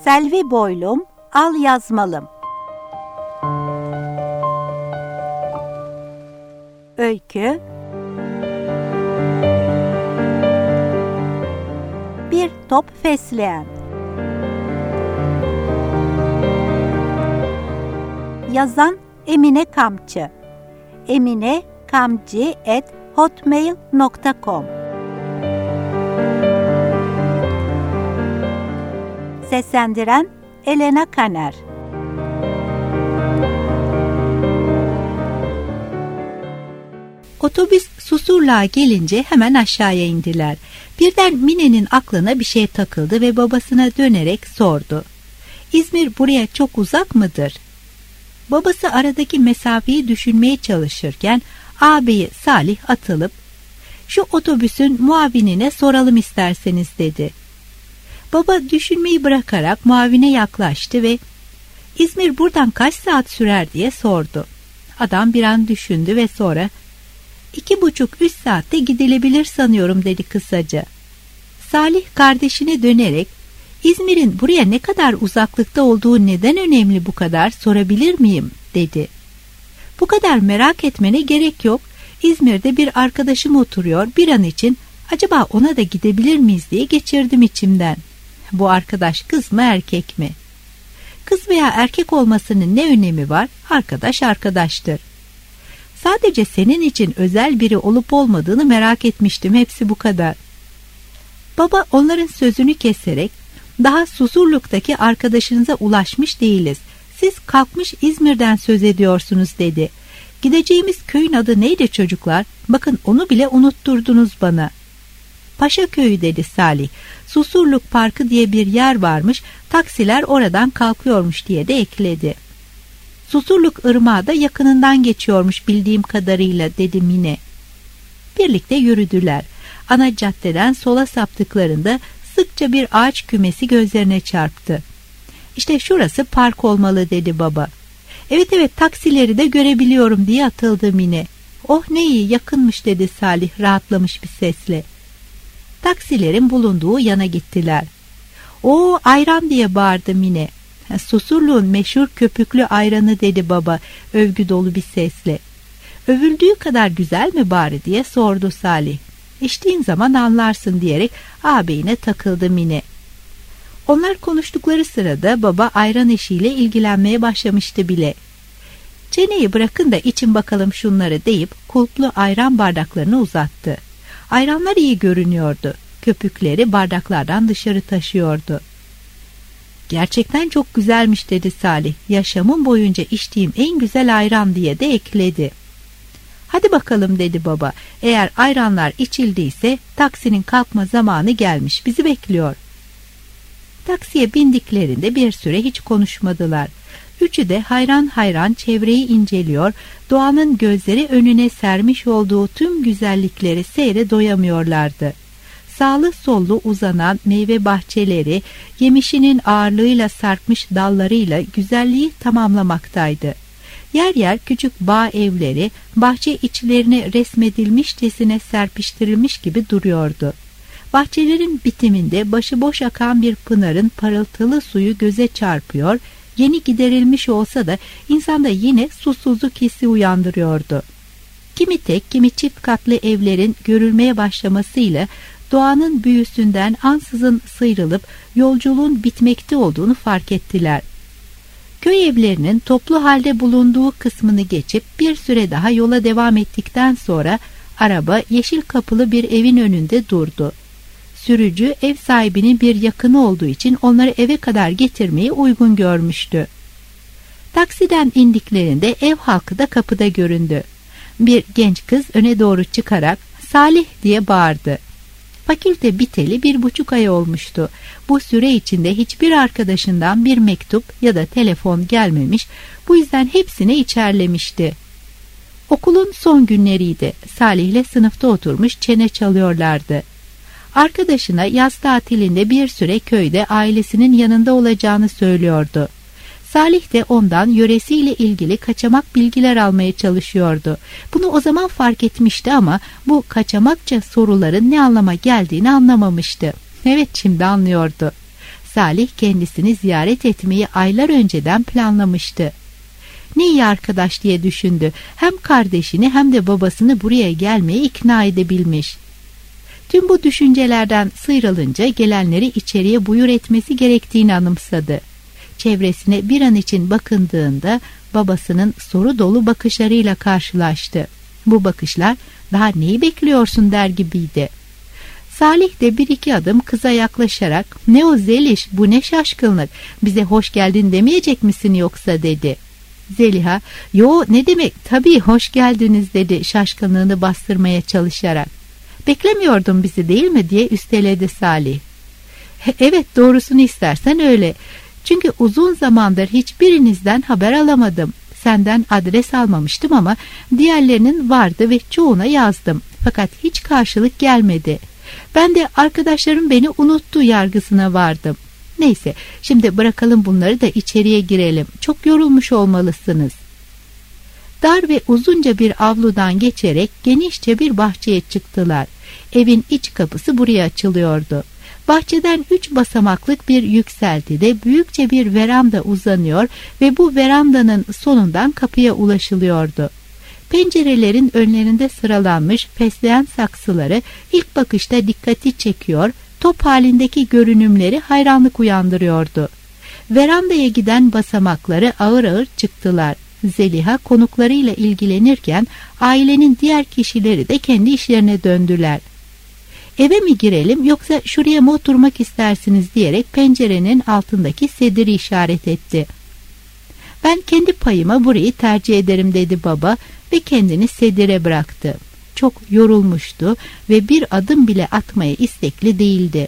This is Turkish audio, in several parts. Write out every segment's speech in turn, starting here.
Selvi Boylum, Al Yazmalım. Öykü. Bir top fesleğen. Yazan Emine Kamçı. eminekamci@hotmail.com. Seslendiren Elena Kaner. Otobüs Susurluğa gelince hemen aşağıya indiler. Birden Mine'nin aklına bir şey takıldı ve babasına dönerek sordu. İzmir buraya çok uzak mıdır? Babası aradaki mesafeyi düşünmeye çalışırken ağabeyi Salih atılıp şu otobüsün muavinine soralım isterseniz dedi. Baba düşünmeyi bırakarak muavine yaklaştı ve İzmir buradan kaç saat sürer diye sordu. Adam bir an düşündü ve sonra 2,5-3 saatte gidilebilir sanıyorum dedi kısaca. Salih kardeşine dönerek İzmir'in buraya ne kadar uzaklıkta olduğu neden önemli bu kadar sorabilir miyim dedi. Bu kadar merak etmene gerek yok. İzmir'de bir arkadaşım oturuyor, bir an için acaba ona da gidebilir miyiz diye geçirdim içimden. Bu arkadaş kız mı erkek mi? Kız veya erkek olmasının ne önemi var? Arkadaş arkadaştır. Sadece senin için özel biri olup olmadığını merak etmiştim, hepsi bu kadar. Baba onların sözünü keserek daha Susurluk'taki arkadaşınıza ulaşmış değiliz. Siz kalkmış İzmir'den söz ediyorsunuz dedi. Gideceğimiz köyün adı neydi çocuklar? Bakın onu bile unutturdunuz bana. Paşaköy'ü dedi Salih. Susurluk Parkı diye bir yer varmış, taksiler oradan kalkıyormuş diye de ekledi. Susurluk ırmağı da yakınından geçiyormuş bildiğim kadarıyla dedi Mine. Birlikte yürüdüler. Ana caddeden sola saptıklarında sıkça bir ağaç kümesi gözlerine çarptı. İşte şurası park olmalı dedi baba. Evet taksileri de görebiliyorum diye atıldı Mine. Oh ne iyi yakınmış dedi Salih rahatlamış bir sesle. Taksilerin bulunduğu yana gittiler. O ayran diye bağırdı Mine. Susurluğun meşhur köpüklü ayranı dedi baba övgü dolu bir sesle. Övüldüğü kadar güzel mi bari diye sordu Salih. İçtiğin zaman anlarsın diyerek ağabeyine takıldı Mine. Onlar konuştukları sırada baba ayran işiyle ilgilenmeye başlamıştı bile. Çeneyi bırakın da için bakalım şunları deyip kulplu ayran bardaklarını uzattı. Ayranlar iyi görünüyordu. Köpükleri bardaklardan dışarı taşıyordu. Gerçekten çok güzelmiş dedi Salih. Yaşamım boyunca içtiğim en güzel ayran diye de ekledi. Hadi bakalım dedi baba. Eğer ayranlar içildiyse taksinin kalkma zamanı gelmiş. Bizi bekliyor. Taksiye bindiklerinde bir süre hiç konuşmadılar. Üçü de hayran hayran çevreyi inceliyor, doğanın gözleri önüne sermiş olduğu tüm güzellikleri seyre doyamıyorlardı. Sağlı sollu uzanan meyve bahçeleri, yemişinin ağırlığıyla sarkmış dallarıyla güzelliği tamamlamaktaydı. Yer yer küçük bağ evleri, bahçe içlerine resmedilmişçesine serpiştirilmiş gibi duruyordu. Bahçelerin bitiminde başıboş akan bir pınarın parıltılı suyu göze çarpıyor, yeni giderilmiş olsa da insanda yine susuzluk hissi uyandırıyordu. Kimi tek, kimi çift katlı evlerin görülmeye başlamasıyla doğanın büyüsünden ansızın sıyrılıp yolculuğun bitmekte olduğunu fark ettiler. Köy evlerinin toplu halde bulunduğu kısmını geçip bir süre daha yola devam ettikten sonra araba yeşil kapılı bir evin önünde durdu. Sürücü ev sahibinin bir yakını olduğu için onları eve kadar getirmeyi uygun görmüştü. Taksiden indiklerinde ev halkı da kapıda göründü. Bir genç kız öne doğru çıkarak Salih diye bağırdı. Fakülte biteli 1,5 ay olmuştu. Bu süre içinde hiçbir arkadaşından bir mektup ya da telefon gelmemiş, bu yüzden hepsini içerlemişti. Okulun son günleriydi. Salih'le sınıfta oturmuş çene çalıyorlardı. Arkadaşına yaz tatilinde bir süre köyde ailesinin yanında olacağını söylüyordu. Salih de ondan yöresiyle ilgili kaçamak bilgiler almaya çalışıyordu. Bunu o zaman fark etmişti ama bu kaçamakça soruların ne anlama geldiğini anlamamıştı. Evet, şimdi anlıyordu. Salih kendisini ziyaret etmeyi aylar önceden planlamıştı. Ne iyi arkadaş diye düşündü. Hem kardeşini hem de babasını buraya gelmeye ikna edebilmiş. Tüm bu düşüncelerden sıyrılınca gelenleri içeriye buyur etmesi gerektiğini anımsadı. Çevresine bir an için bakındığında babasının soru dolu bakışlarıyla karşılaştı. Bu bakışlar daha neyi bekliyorsun der gibiydi. Salih de bir iki adım kıza yaklaşarak ne o Zeliş, bu ne şaşkınlık, bize hoş geldin demeyecek misin yoksa dedi. Zeliha yo ne demek tabii hoş geldiniz dedi şaşkınlığını bastırmaya çalışarak. Beklemiyordun bizi değil mi diye üsteledi Salih. Evet doğrusunu istersen öyle. Çünkü uzun zamandır hiçbirinizden haber alamadım. Senden adres almamıştım ama diğerlerinin vardı ve çoğuna yazdım. Fakat hiç karşılık gelmedi. Ben de arkadaşlarım beni unuttu yargısına vardım. Neyse şimdi bırakalım bunları da içeriye girelim. Çok yorulmuş olmalısınız. Dar ve uzunca bir avludan geçerek genişçe bir bahçeye çıktılar. Evin iç kapısı buraya açılıyordu. Bahçeden 3 basamaklık bir yükseltide büyükçe bir veranda uzanıyor ve bu verandanın sonundan kapıya ulaşılıyordu. Pencerelerin önlerinde sıralanmış fesleğen saksıları ilk bakışta dikkati çekiyor, top halindeki görünümleri hayranlık uyandırıyordu. Verandaya giden basamakları ağır ağır çıktılar. Zeliha konuklarıyla ilgilenirken ailenin diğer kişileri de kendi işlerine döndüler. Eve mi girelim yoksa şuraya mı oturmak istersiniz diyerek pencerenin altındaki sediri işaret etti. Ben kendi payıma burayı tercih ederim dedi baba ve kendini sedire bıraktı. Çok yorulmuştu ve bir adım bile atmaya istekli değildi.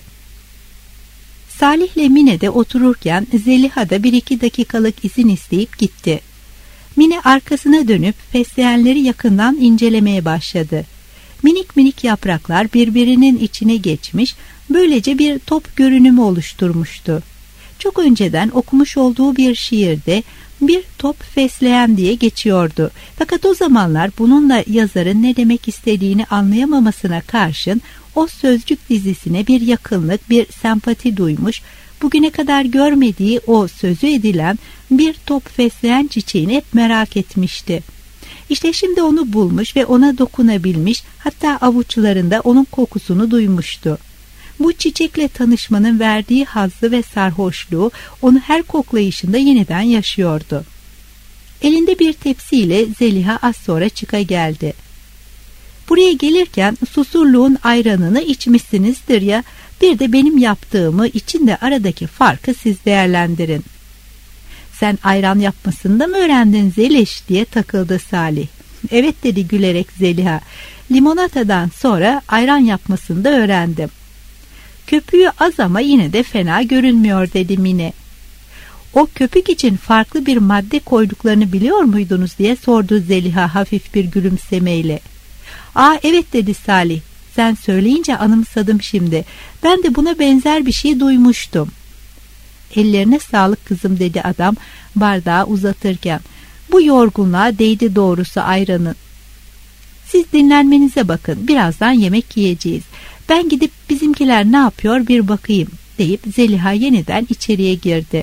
Salih'le Mine de otururken Zeliha da 1-2 dakikalık izin isteyip gitti. Mine arkasına dönüp fesleğenleri yakından incelemeye başladı. Minik minik yapraklar birbirinin içine geçmiş, böylece bir top görünümü oluşturmuştu. Çok önceden okumuş olduğu bir şiirde bir top fesleğen diye geçiyordu. Fakat o zamanlar bununla yazarın ne demek istediğini anlayamamasına karşın o sözcük dizisine bir yakınlık, bir sempati duymuş, bugüne kadar görmediği o sözü edilen bir top fesleğen çiçeğini hep merak etmişti. İşte şimdi onu bulmuş ve ona dokunabilmiş, hatta avuçlarında onun kokusunu duymuştu. Bu çiçekle tanışmanın verdiği hazzı ve sarhoşluğu onu her koklayışında yeniden yaşıyordu. Elinde bir tepsiyle Zeliha az sonra çıka geldi. Buraya gelirken Susurluğun ayranını içmişsinizdir ya, bir de benim yaptığımı içinde aradaki farkı siz değerlendirin. Sen ayran yapmasını da mı öğrendin Zeliş diye takıldı Salih. Evet dedi gülerek Zeliha. Limonatadan sonra ayran yapmasını da öğrendim. Köpüğü az ama yine de fena görünmüyor dedi Mine. O köpük için farklı bir madde koyduklarını biliyor muydunuz diye sordu Zeliha hafif bir gülümsemeyle. Aa evet dedi Salih. Sen söyleyince anımsadım şimdi. Ben de buna benzer bir şey duymuştum. Ellerine sağlık kızım dedi adam bardağı uzatırken. Bu yorgunluğa değdi doğrusu ayranın. Siz dinlenmenize bakın, birazdan yemek yiyeceğiz. Ben gidip bizimkiler ne yapıyor bir bakayım deyip Zeliha yeniden içeriye girdi.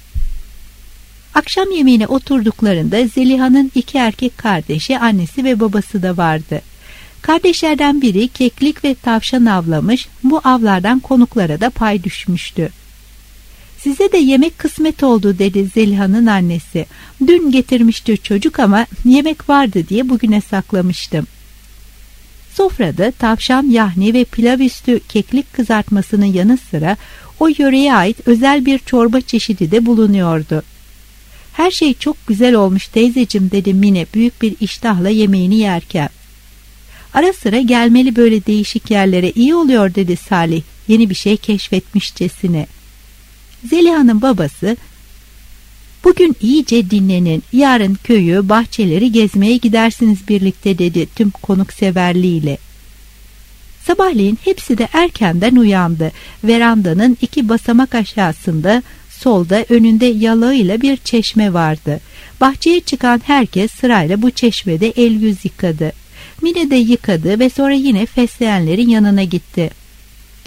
Akşam yemeğine oturduklarında Zeliha'nın 2 erkek kardeşi, annesi ve babası da vardı. Kardeşlerden biri keklik ve tavşan avlamış, bu avlardan konuklara da pay düşmüştü. Size de yemek kısmet oldu dedi Zeliha'nın annesi. Dün getirmişti çocuk ama yemek vardı diye bugüne saklamıştım. Sofrada tavşan yahni ve pilav üstü keklik kızartmasının yanı sıra o yöreye ait özel bir çorba çeşidi de bulunuyordu. Her şey çok güzel olmuş teyzeciğim dedi Mine büyük bir iştahla yemeğini yerken. Ara sıra gelmeli böyle değişik yerlere, iyi oluyor dedi Salih yeni bir şey keşfetmişçesine. Zeliha'nın babası, bugün iyice dinlenin, yarın köyü, bahçeleri gezmeye gidersiniz birlikte dedi tüm konukseverliğiyle. Sabahleyin hepsi de erkenden uyandı. Verandanın 2 basamak aşağısında solda önünde yalağıyla bir çeşme vardı. Bahçeye çıkan herkes sırayla bu çeşmede el yüz yıkadı. Mine de yıkadı ve sonra yine fesleğenlerin yanına gitti.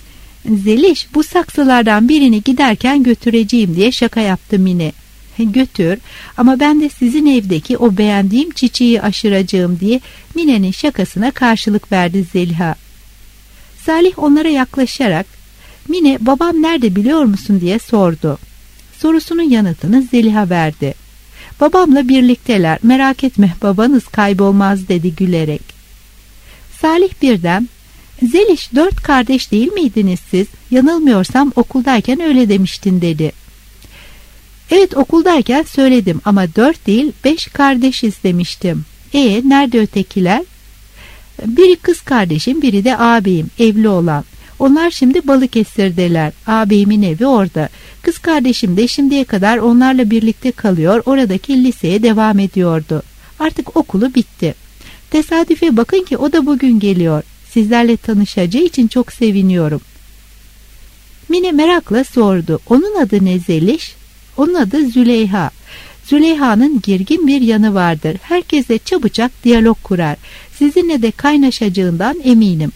Zeliş, bu saksılardan birini giderken götüreceğim diye şaka yaptı Mine. Götür, ama ben de sizin evdeki o beğendiğim çiçeği aşıracağım diye Mine'nin şakasına karşılık verdi Zeliha. Salih onlara yaklaşarak, Mine babam nerede biliyor musun diye sordu. Sorusunun yanıtını Zeliha verdi. Babamla birlikteler, merak etme, babanız kaybolmaz dedi gülerek. Salih birden, Zeliş, 4 kardeş değil miydiniz siz? Yanılmıyorsam okuldayken öyle demiştin dedi. Evet, okuldayken söyledim ama 4 değil 5 kardeşiz demiştim. Nerede ötekiler? Biri kız kardeşim, biri de ağabeyim, evli olan. Onlar şimdi Balıkesir'deler. Ağabeyimin evi orada. Kız kardeşim de şimdiye kadar onlarla birlikte kalıyor, oradaki liseye devam ediyordu. Artık okulu bitti. Tesadüfe bakın ki o da bugün geliyor. Sizlerle tanışacağı için çok seviniyorum. Mine merakla sordu. Onun adı ne Zeliş? Onun adı Züleyha. Züleyha'nın girgin bir yanı vardır. Herkesle çabucak diyalog kurar. Sizinle de kaynaşacağından eminim.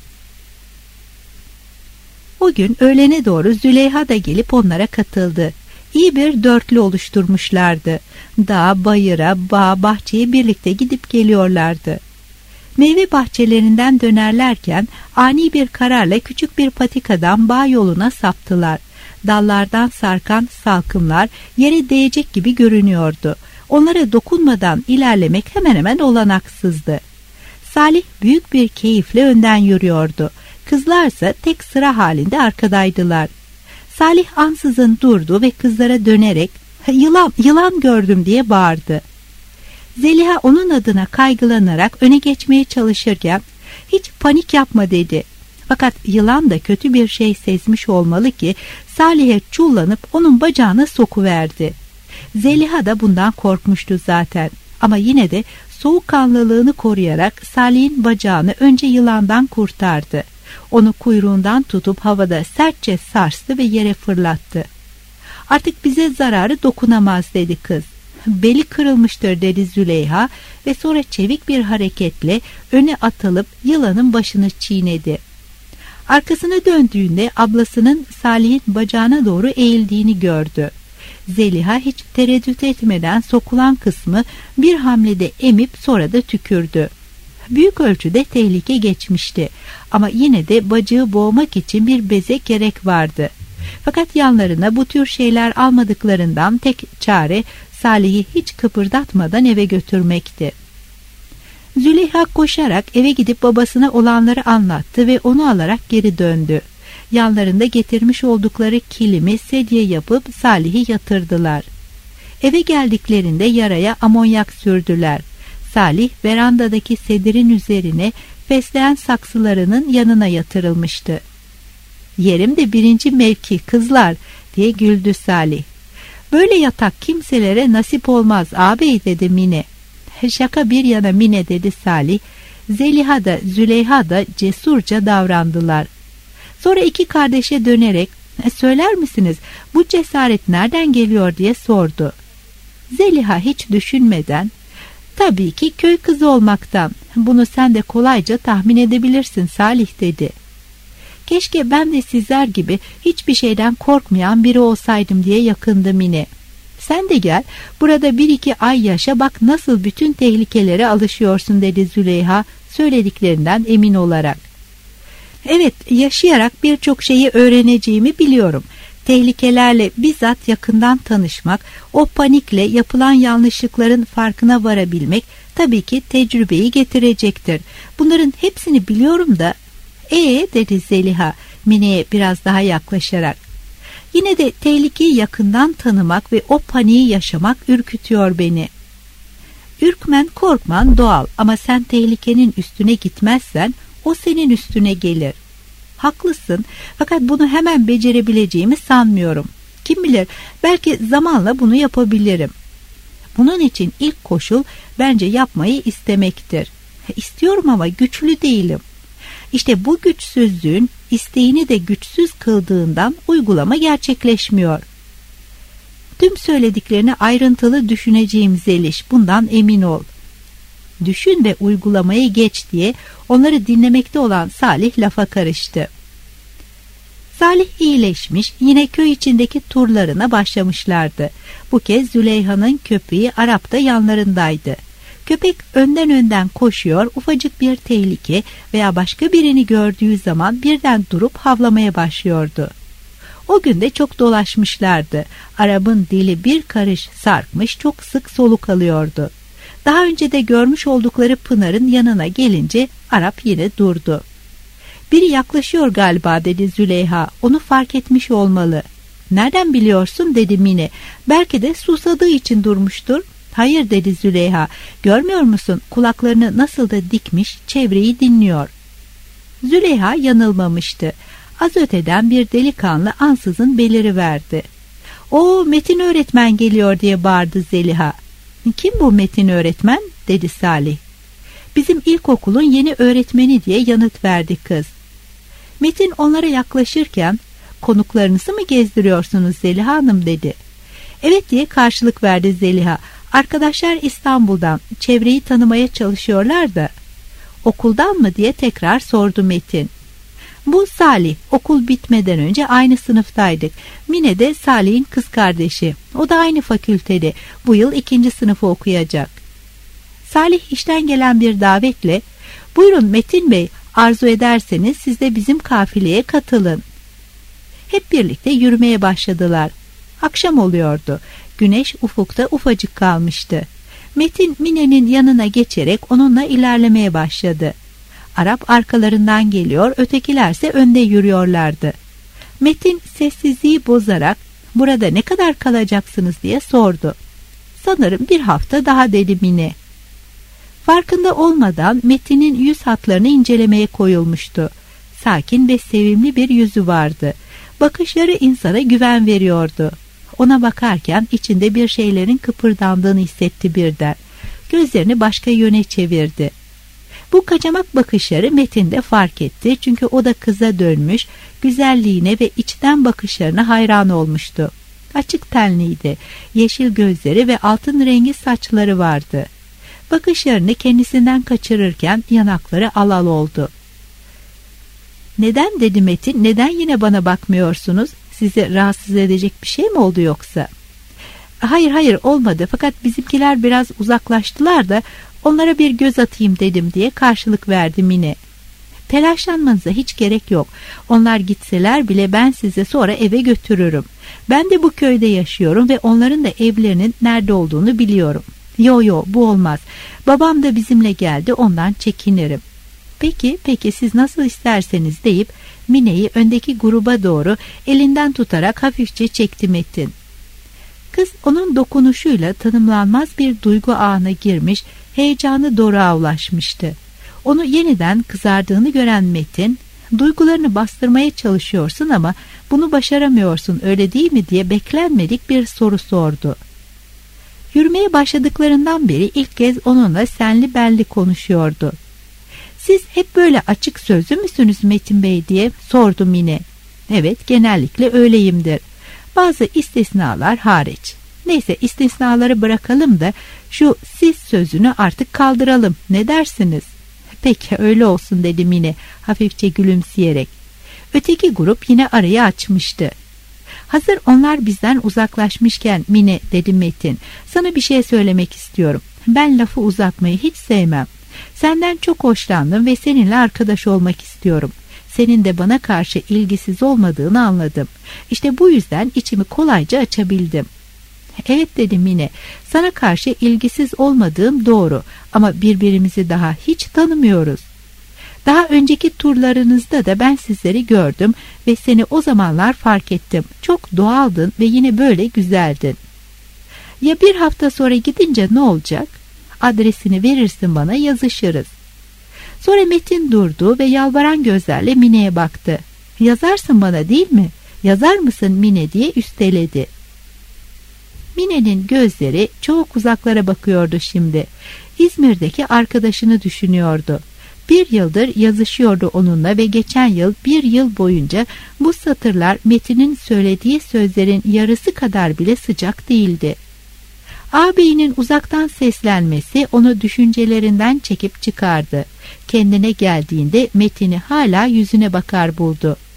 O gün öğlene doğru Züleyha da gelip onlara katıldı. İyi bir dörtlü oluşturmuşlardı. Dağa, bayıra, bağa, bahçeye birlikte gidip geliyorlardı. Meyve bahçelerinden dönerlerken ani bir kararla küçük bir patikadan bağ yoluna saptılar. Dallardan sarkan salkımlar yere değecek gibi görünüyordu. Onlara dokunmadan ilerlemek hemen hemen olanaksızdı. Salih büyük bir keyifle önden yürüyordu. Kızlarsa tek sıra halinde arkadaydılar. Salih ansızın durdu ve kızlara dönerek "Yılan, yılan gördüm" diye bağırdı. Zeliha onun adına kaygılanarak öne geçmeye çalışırken "Hiç panik yapma" dedi. Fakat yılan da kötü bir şey sezmiş olmalı ki Salih'e çullanıp onun bacağına sokuverdi. Zeliha da bundan korkmuştu zaten. Ama yine de soğukkanlılığını koruyarak Salih'in bacağını önce yılandan kurtardı. Onu kuyruğundan tutup havada sertçe sarstı ve yere fırlattı. "Artık bize zararı dokunamaz" dedi kız. "Beli kırılmıştır" dedi Züleyha ve sonra çevik bir hareketle öne atılıp yılanın başını çiğnedi. Arkasına döndüğünde ablasının Salih'in bacağına doğru eğildiğini gördü. Zeliha hiç tereddüt etmeden sokulan kısmı bir hamlede emip sonra da tükürdü. Büyük ölçüde tehlike geçmişti ama yine de bacağı boğmak için bir beze gerek vardı. Fakat yanlarına bu tür şeyler almadıklarından tek çare Salih'i hiç kıpırdatmadan eve götürmekti. Züleyha koşarak eve gidip babasına olanları anlattı ve onu alarak geri döndü. Yanlarında getirmiş oldukları kilimi sedye yapıp Salih'i yatırdılar. Eve geldiklerinde yaraya amonyak sürdüler. Salih verandadaki sedirin üzerine fesleğen saksılarının yanına yatırılmıştı. "Yerim de 1. mevki kızlar" diye güldü Salih. "Böyle yatak kimselere nasip olmaz ağabey" dedi Mine. "Şaka bir yana Mine" dedi Salih. Zeliha da Züleyha da cesurca davrandılar. Sonra iki kardeşe dönerek "Söyler misiniz, bu cesaret nereden geliyor?" diye sordu. Zeliha hiç düşünmeden "Tabii ki köy kızı olmaktan. Bunu sen de kolayca tahmin edebilirsin Salih" dedi. "Keşke ben de sizler gibi hiçbir şeyden korkmayan biri olsaydım" diye yakındı Mine. "Sen de gel, burada 1-2 ay yaşa, bak nasıl bütün tehlikelere alışıyorsun" dedi Züleyha söylediklerinden emin olarak. "Evet, yaşayarak birçok şeyi öğreneceğimi biliyorum. Tehlikelerle bizzat yakından tanışmak, o panikle yapılan yanlışlıkların farkına varabilmek tabii ki tecrübeyi getirecektir. Bunların hepsini biliyorum da..." dedi Zeliha Mine'ye biraz daha yaklaşarak. "Yine de tehlikeyi yakından tanımak ve o paniği yaşamak ürkütüyor beni." "Ürkmen, korkman doğal ama sen tehlikenin üstüne gitmezsen o senin üstüne gelir." "Haklısın, fakat bunu hemen becerebileceğimi sanmıyorum. Kim bilir, belki zamanla bunu yapabilirim." "Bunun için ilk koşul bence yapmayı istemektir." "İstiyorum ama güçlü değilim." İşte bu güçsüzlüğün isteğini de güçsüz kıldığından uygulama gerçekleşmiyor. "Tüm söylediklerini ayrıntılı düşüneceğim Zeliş, bundan emin ol." "Düşün ve uygulamayı geç" diye onları dinlemekte olan Salih lafa karıştı. Salih iyileşmiş, yine köy içindeki turlarına başlamışlardı. Bu kez Züleyha'nın köpeği Arap da yanlarındaydı. Köpek önden koşuyor, ufacık bir tehlike veya başka birini gördüğü zaman birden durup havlamaya başlıyordu. O gün de çok dolaşmışlardı. Arap'ın dili bir karış sarkmış, çok sık soluk alıyordu. Daha önce de görmüş oldukları Pınar'ın yanına gelince Arap yine durdu. "Biri yaklaşıyor galiba," dedi Züleyha. "Onu fark etmiş olmalı." "Nereden biliyorsun?" dedi Mine. "Belki de susadığı için durmuştur." "Hayır," dedi Züleyha. "Görmüyor musun? Kulaklarını nasıl da dikmiş, çevreyi dinliyor." Züleyha yanılmamıştı. Az öteden bir delikanlı ansızın beliriverdi. "O Metin öğretmen geliyor," diye bağırdı Zeliha. "Kim bu Metin öğretmen?" dedi Salih. "Bizim ilkokulun yeni öğretmeni," diye yanıt verdi kız. Metin onlara yaklaşırken, "Konuklarınızı mı gezdiriyorsunuz Zeliha Hanım?" dedi. "Evet," diye karşılık verdi Zeliha. "Arkadaşlar İstanbul'dan, çevreyi tanımaya çalışıyorlar da." "Okuldan mı?" diye tekrar sordu Metin. "Bu Salih, okul bitmeden önce aynı sınıftaydık. Mine de Salih'in kız kardeşi. O da aynı fakültede. Bu yıl 2. sınıfı okuyacak." Salih işten gelen bir davetle, "Buyurun Metin Bey, arzu ederseniz siz de bizim kafileye katılın." Hep birlikte yürümeye başladılar. Akşam oluyordu. Güneş ufukta ufacık kalmıştı. Metin Mine'nin yanına geçerek onunla ilerlemeye başladı. Arap arkalarından geliyor, ötekilerse önde yürüyorlardı. Metin sessizliği bozarak, "Burada ne kadar kalacaksınız?" diye sordu. "Sanırım 1 hafta daha," dedi Mine. Farkında olmadan Metin'in yüz hatlarını incelemeye koyulmuştu. Sakin ve sevimli bir yüzü vardı. Bakışları insana güven veriyordu. Ona bakarken içinde bir şeylerin kıpırdandığını hissetti birden. Gözlerini başka yöne çevirdi. Bu kaçamak bakışları Metin de fark etti, çünkü o da kıza dönmüş, güzelliğine ve içten bakışlarına hayran olmuştu. Açık tenliydi, yeşil gözleri ve altın rengi saçları vardı. Bakışlarını kendisinden kaçırırken yanakları alal oldu. "Neden?" dedi Metin. "Neden yine bana bakmıyorsunuz? Sizi rahatsız edecek bir şey mi oldu yoksa?" Hayır olmadı, fakat bizimkiler biraz uzaklaştılar da onlara bir göz atayım dedim," diye karşılık verdi Mine. "Telaşlanmanıza hiç gerek yok. Onlar gitseler bile ben sizi sonra eve götürürüm. Ben de bu köyde yaşıyorum ve onların da evlerinin nerede olduğunu biliyorum." Yo, bu olmaz. Babam da bizimle geldi, ondan çekinirim." Peki siz nasıl isterseniz," deyip Mine'yi öndeki gruba doğru elinden tutarak hafifçe çekti Metin. Kız onun dokunuşuyla tanımlanmaz bir duygu ağına girmiş, heyecanı doruğa ulaşmıştı. Onu yeniden kızardığını gören Metin, "Duygularını bastırmaya çalışıyorsun ama bunu başaramıyorsun, öyle değil mi?" diye beklenmedik bir soru sordu. Yürümeye başladıklarından beri ilk kez onunla senli belli konuşuyordu. "Siz hep böyle açık sözlü müsünüz Metin Bey?" diye sordu Mine. "Evet, genellikle öyleyimdir. Bazı istisnalar hariç. Neyse, istisnaları bırakalım da şu siz sözünü artık kaldıralım. Ne dersiniz?" "Peki öyle olsun," dedi Mine hafifçe gülümseyerek. Öteki grup yine arayı açmıştı. "Hazır onlar bizden uzaklaşmışken Mine," dedi Metin, "sana bir şey söylemek istiyorum. Ben lafı uzatmayı hiç sevmem. Senden çok hoşlandım ve seninle arkadaş olmak istiyorum. Senin de bana karşı ilgisiz olmadığını anladım. İşte bu yüzden içimi kolayca açabildim." "Evet," dedi Mine, "sana karşı ilgisiz olmadığım doğru ama birbirimizi daha hiç tanımıyoruz. Daha önceki turlarınızda da ben sizleri gördüm ve seni o zamanlar fark ettim. Çok doğaldın ve yine böyle güzeldin. Ya 1 hafta sonra gidince ne olacak? Adresini verirsin bana, yazışırız." Sonra Metin durdu ve yalvaran gözlerle Mine'ye baktı. "Yazarsın bana değil mi? Yazar mısın Mine?" diye üsteledi. Mine'nin gözleri çok uzaklara bakıyordu şimdi. İzmir'deki arkadaşını düşünüyordu. 1 yıldır yazışıyordu onunla ve geçen yıl 1 yıl boyunca bu satırlar Metin'in söylediği sözlerin yarısı kadar bile sıcak değildi. Ağabeyinin uzaktan seslenmesi onu düşüncelerinden çekip çıkardı. Kendine geldiğinde Metin'i hala yüzüne bakar buldu.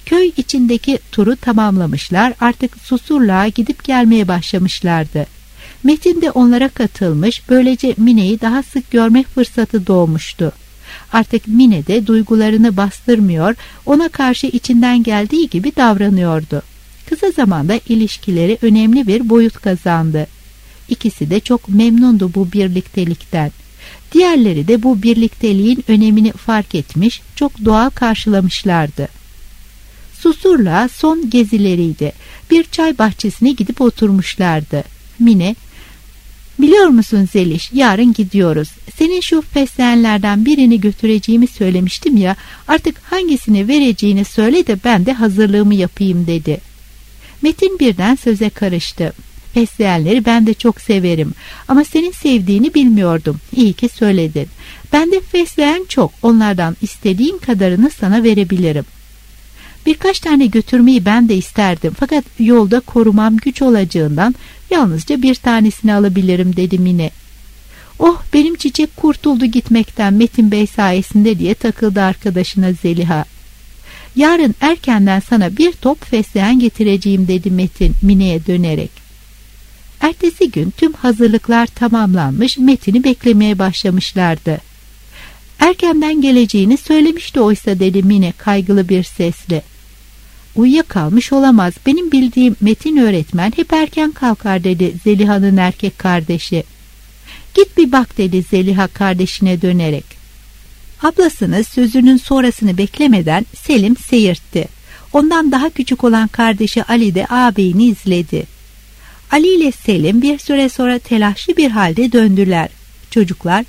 Köy içindeki turu tamamlamışlar, artık Susurluğa gidip gelmeye başlamışlardı. Metin de onlara katılmış, böylece Mine'yi daha sık görmek fırsatı doğmuştu. Artık Mine de duygularını bastırmıyor, ona karşı içinden geldiği gibi davranıyordu. Kısa zamanda ilişkileri önemli bir boyut kazandı. İkisi de çok memnundu bu birliktelikten. Diğerleri de bu birlikteliğin önemini fark etmiş, çok doğal karşılamışlardı. Susurluğa son gezileriydi. Bir çay bahçesine gidip oturmuşlardı. Mine, "Biliyor musun Zeliş, yarın gidiyoruz. Senin şu fesleğenlerden birini götüreceğimi söylemiştim ya, artık hangisini vereceğini söyle de ben de hazırlığımı yapayım" dedi. Metin birden söze karıştı. "Fesleğenleri ben de çok severim ama senin sevdiğini bilmiyordum. İyi ki söyledin. Bende fesleğen çok, onlardan istediğin kadarını sana verebilirim. Birkaç tane götürmeyi ben de isterdim fakat yolda korumam güç olacağından yalnızca bir tanesini alabilirim" dedi Mine. "Oh, benim çiçek kurtuldu gitmekten Metin Bey sayesinde" diye takıldı arkadaşına Zeliha. "Yarın erkenden sana bir top fesleğen getireceğim" dedi Metin Mine'ye dönerek. Ertesi gün tüm hazırlıklar tamamlanmış, Metin'i beklemeye başlamışlardı. "Erkenden geleceğini söylemişti oysa" dedi Mine kaygılı bir sesle. "Uyuyakalmış olamaz. Benim bildiğim Metin öğretmen hep erken kalkar" dedi Zeliha'nın erkek kardeşi. "Git bir bak" dedi Zeliha kardeşine dönerek. Ablasını sözünün sonrasını beklemeden Selim seyirtti. Ondan daha küçük olan kardeşi Ali de ağabeyini izledi. Ali ile Selim bir süre sonra telaşlı bir halde döndüler. Çocuklar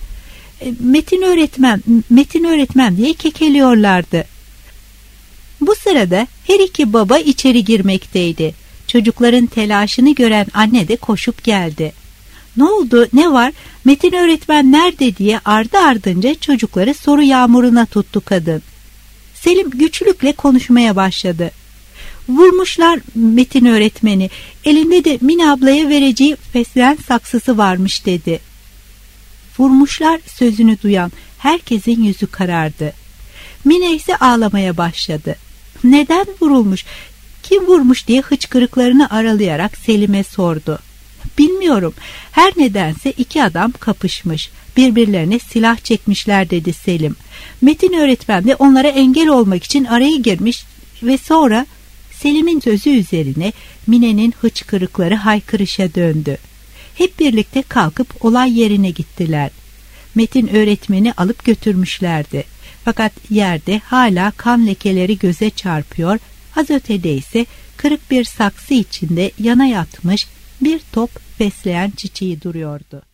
Metin öğretmen diye kekeliyorlardı. Bu sırada her iki baba içeri girmekteydi. Çocukların telaşını gören anne de koşup geldi. "Ne oldu, ne var, Metin öğretmen nerede?" diye ardı ardınca çocukları soru yağmuruna tuttu kadın. Selim güçlükle konuşmaya başladı. "Vurmuşlar Metin öğretmeni, elinde de Mine ablaya vereceği fesleğen saksısı varmış" dedi. "Vurmuşlar" sözünü duyan herkesin yüzü karardı. Mine ise ağlamaya başladı. "Neden vurulmuş, kim vurmuş?" diye hıçkırıklarını aralayarak Selim'e sordu. "Bilmiyorum, her nedense iki adam kapışmış, birbirlerine silah çekmişler" dedi Selim. "Metin öğretmen de onlara engel olmak için araya girmiş ve sonra..." Selim'in sözü üzerine Mine'nin hıçkırıkları haykırışa döndü. Hep birlikte kalkıp olay yerine gittiler. Metin öğretmeni alıp götürmüşlerdi. Fakat yerde hala kan lekeleri göze çarpıyor, az ötede ise kırık bir saksı içinde yana yatmış bir top fesleğen çiçeği duruyordu.